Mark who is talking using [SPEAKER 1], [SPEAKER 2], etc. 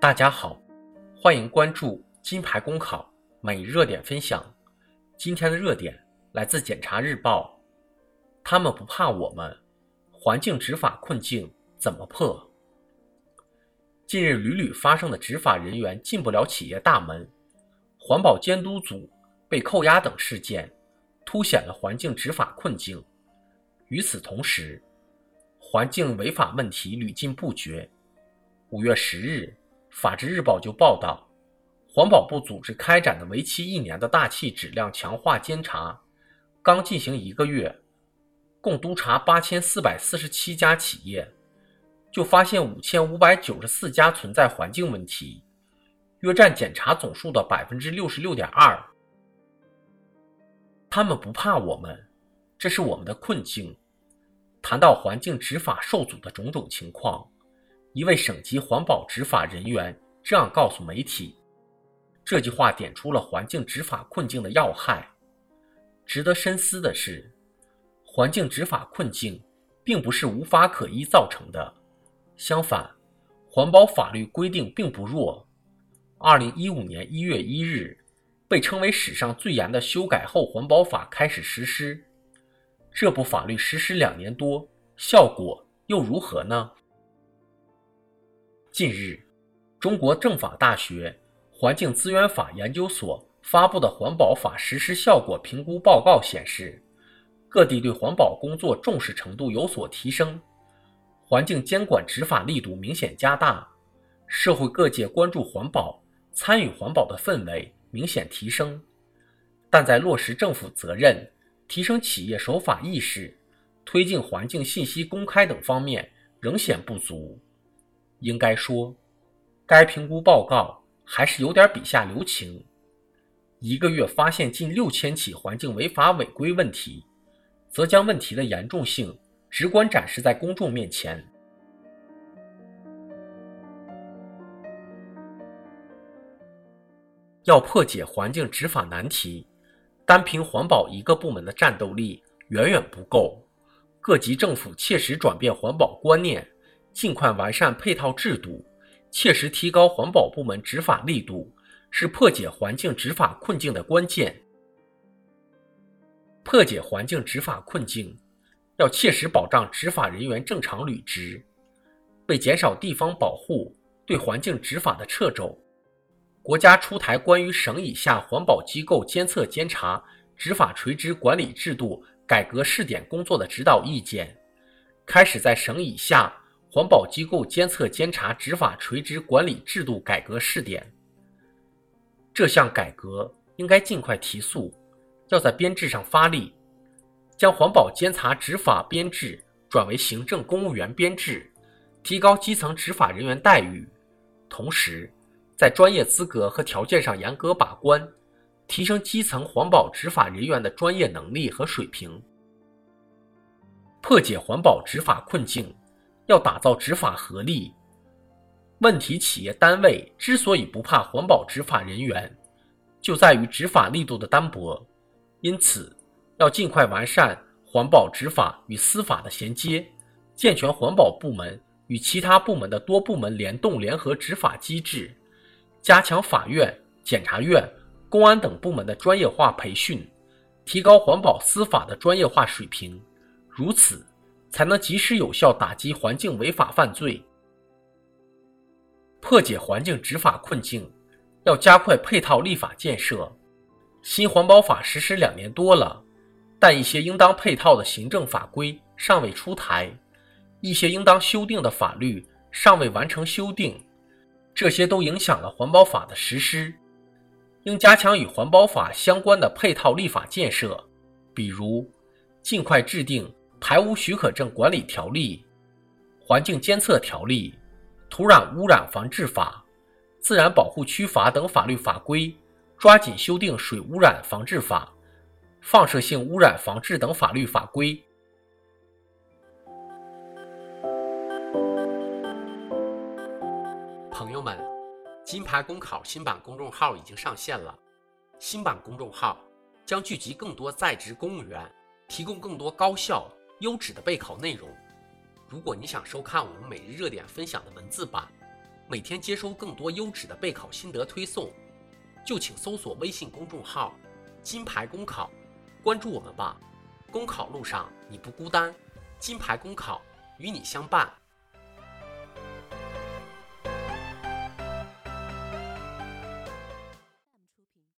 [SPEAKER 1] 大家好，欢迎关注金牌公考每日热点分享。今天的热点来自检察日报，他们不怕我们，环境执法困境怎么破？近日屡屡发生的执法人员进不了企业大门，环保监督组被扣押等事件，凸显了环境执法困境。与此同时，环境违法问题屡禁不绝。5月10日，法制日报就报道，环保部组织开展的为期1年的大气质量强化监察，刚进行1个月，共督查8447家企业，就发现5594家存在环境问题，约占检查总数的 66.2%。 他们不怕我们，这是我们的困境。谈到环境执法受阻的种种情况，一位省级环保执法人员这样告诉媒体，这句话点出了环境执法困境的要害。值得深思的是，环境执法困境并不是无法可依造成的，相反，环保法律规定并不弱。2015年1月1日，被称为史上最严的修改后环保法开始实施。这部法律实施2年多，效果又如何呢？近日，中国政法大学环境资源法研究所发布的环保法实施效果评估报告显示，各地对环保工作重视程度有所提升，环境监管执法力度明显加大，社会各界关注环保、参与环保的氛围明显提升。但在落实政府责任、提升企业守法意识、推进环境信息公开等方面仍显不足。应该说，该评估报告还是有点笔下留情。1个月发现近6000起环境违法违规问题，则将问题的严重性直观展示在公众面前。要破解环境执法难题，单凭环保一个部门的战斗力远远不够，各级政府切实转变环保观念，尽快完善配套制度，切实提高环保部门执法力度，是破解环境执法困境的关键。破解环境执法困境，要切实保障执法人员正常履职。为减少地方保护对环境执法的掣肘，国家出台关于省以下环保机构监测监察执法垂直管理制度改革试点工作的指导意见，开始在省以下环保机构监测监察执法垂直管理制度改革试点。这项改革应该尽快提速，要在编制上发力，将环保监察执法编制转为行政公务员编制，提高基层执法人员待遇，同时在专业资格和条件上严格把关，提升基层环保执法人员的专业能力和水平。破解环保执法困境，要打造执法合力。问题企业单位之所以不怕环保执法人员，就在于执法力度的单薄。因此，要尽快完善环保执法与司法的衔接，健全环保部门与其他部门的多部门联动联合执法机制，加强法院、检察院、公安等部门的专业化培训，提高环保司法的专业化水平，如此才能及时有效打击环境违法犯罪。破解环境执法困境，要加快配套立法建设。新环保法实施2年多了，但一些应当配套的行政法规尚未出台，一些应当修订的法律尚未完成修订，这些都影响了环保法的实施。应加强与环保法相关的配套立法建设，比如尽快制定排污许可证管理条例、环境监测条例、土壤污染防治法、自然保护区法等法律法规，抓紧修订水污染防治法、放射性污染防治等法律法规。朋友们，金牌公考新版公众号已经上线了，新版公众号将聚集更多在职公务员，提供更多高效优质的备考内容。如果你想收看我们每日热点分享的文字版， 每天接收更多优质的备考心得推送，就请搜索微信公众号“金牌公考”，关注我们吧。公考路上你不孤单，金牌公考与你相伴。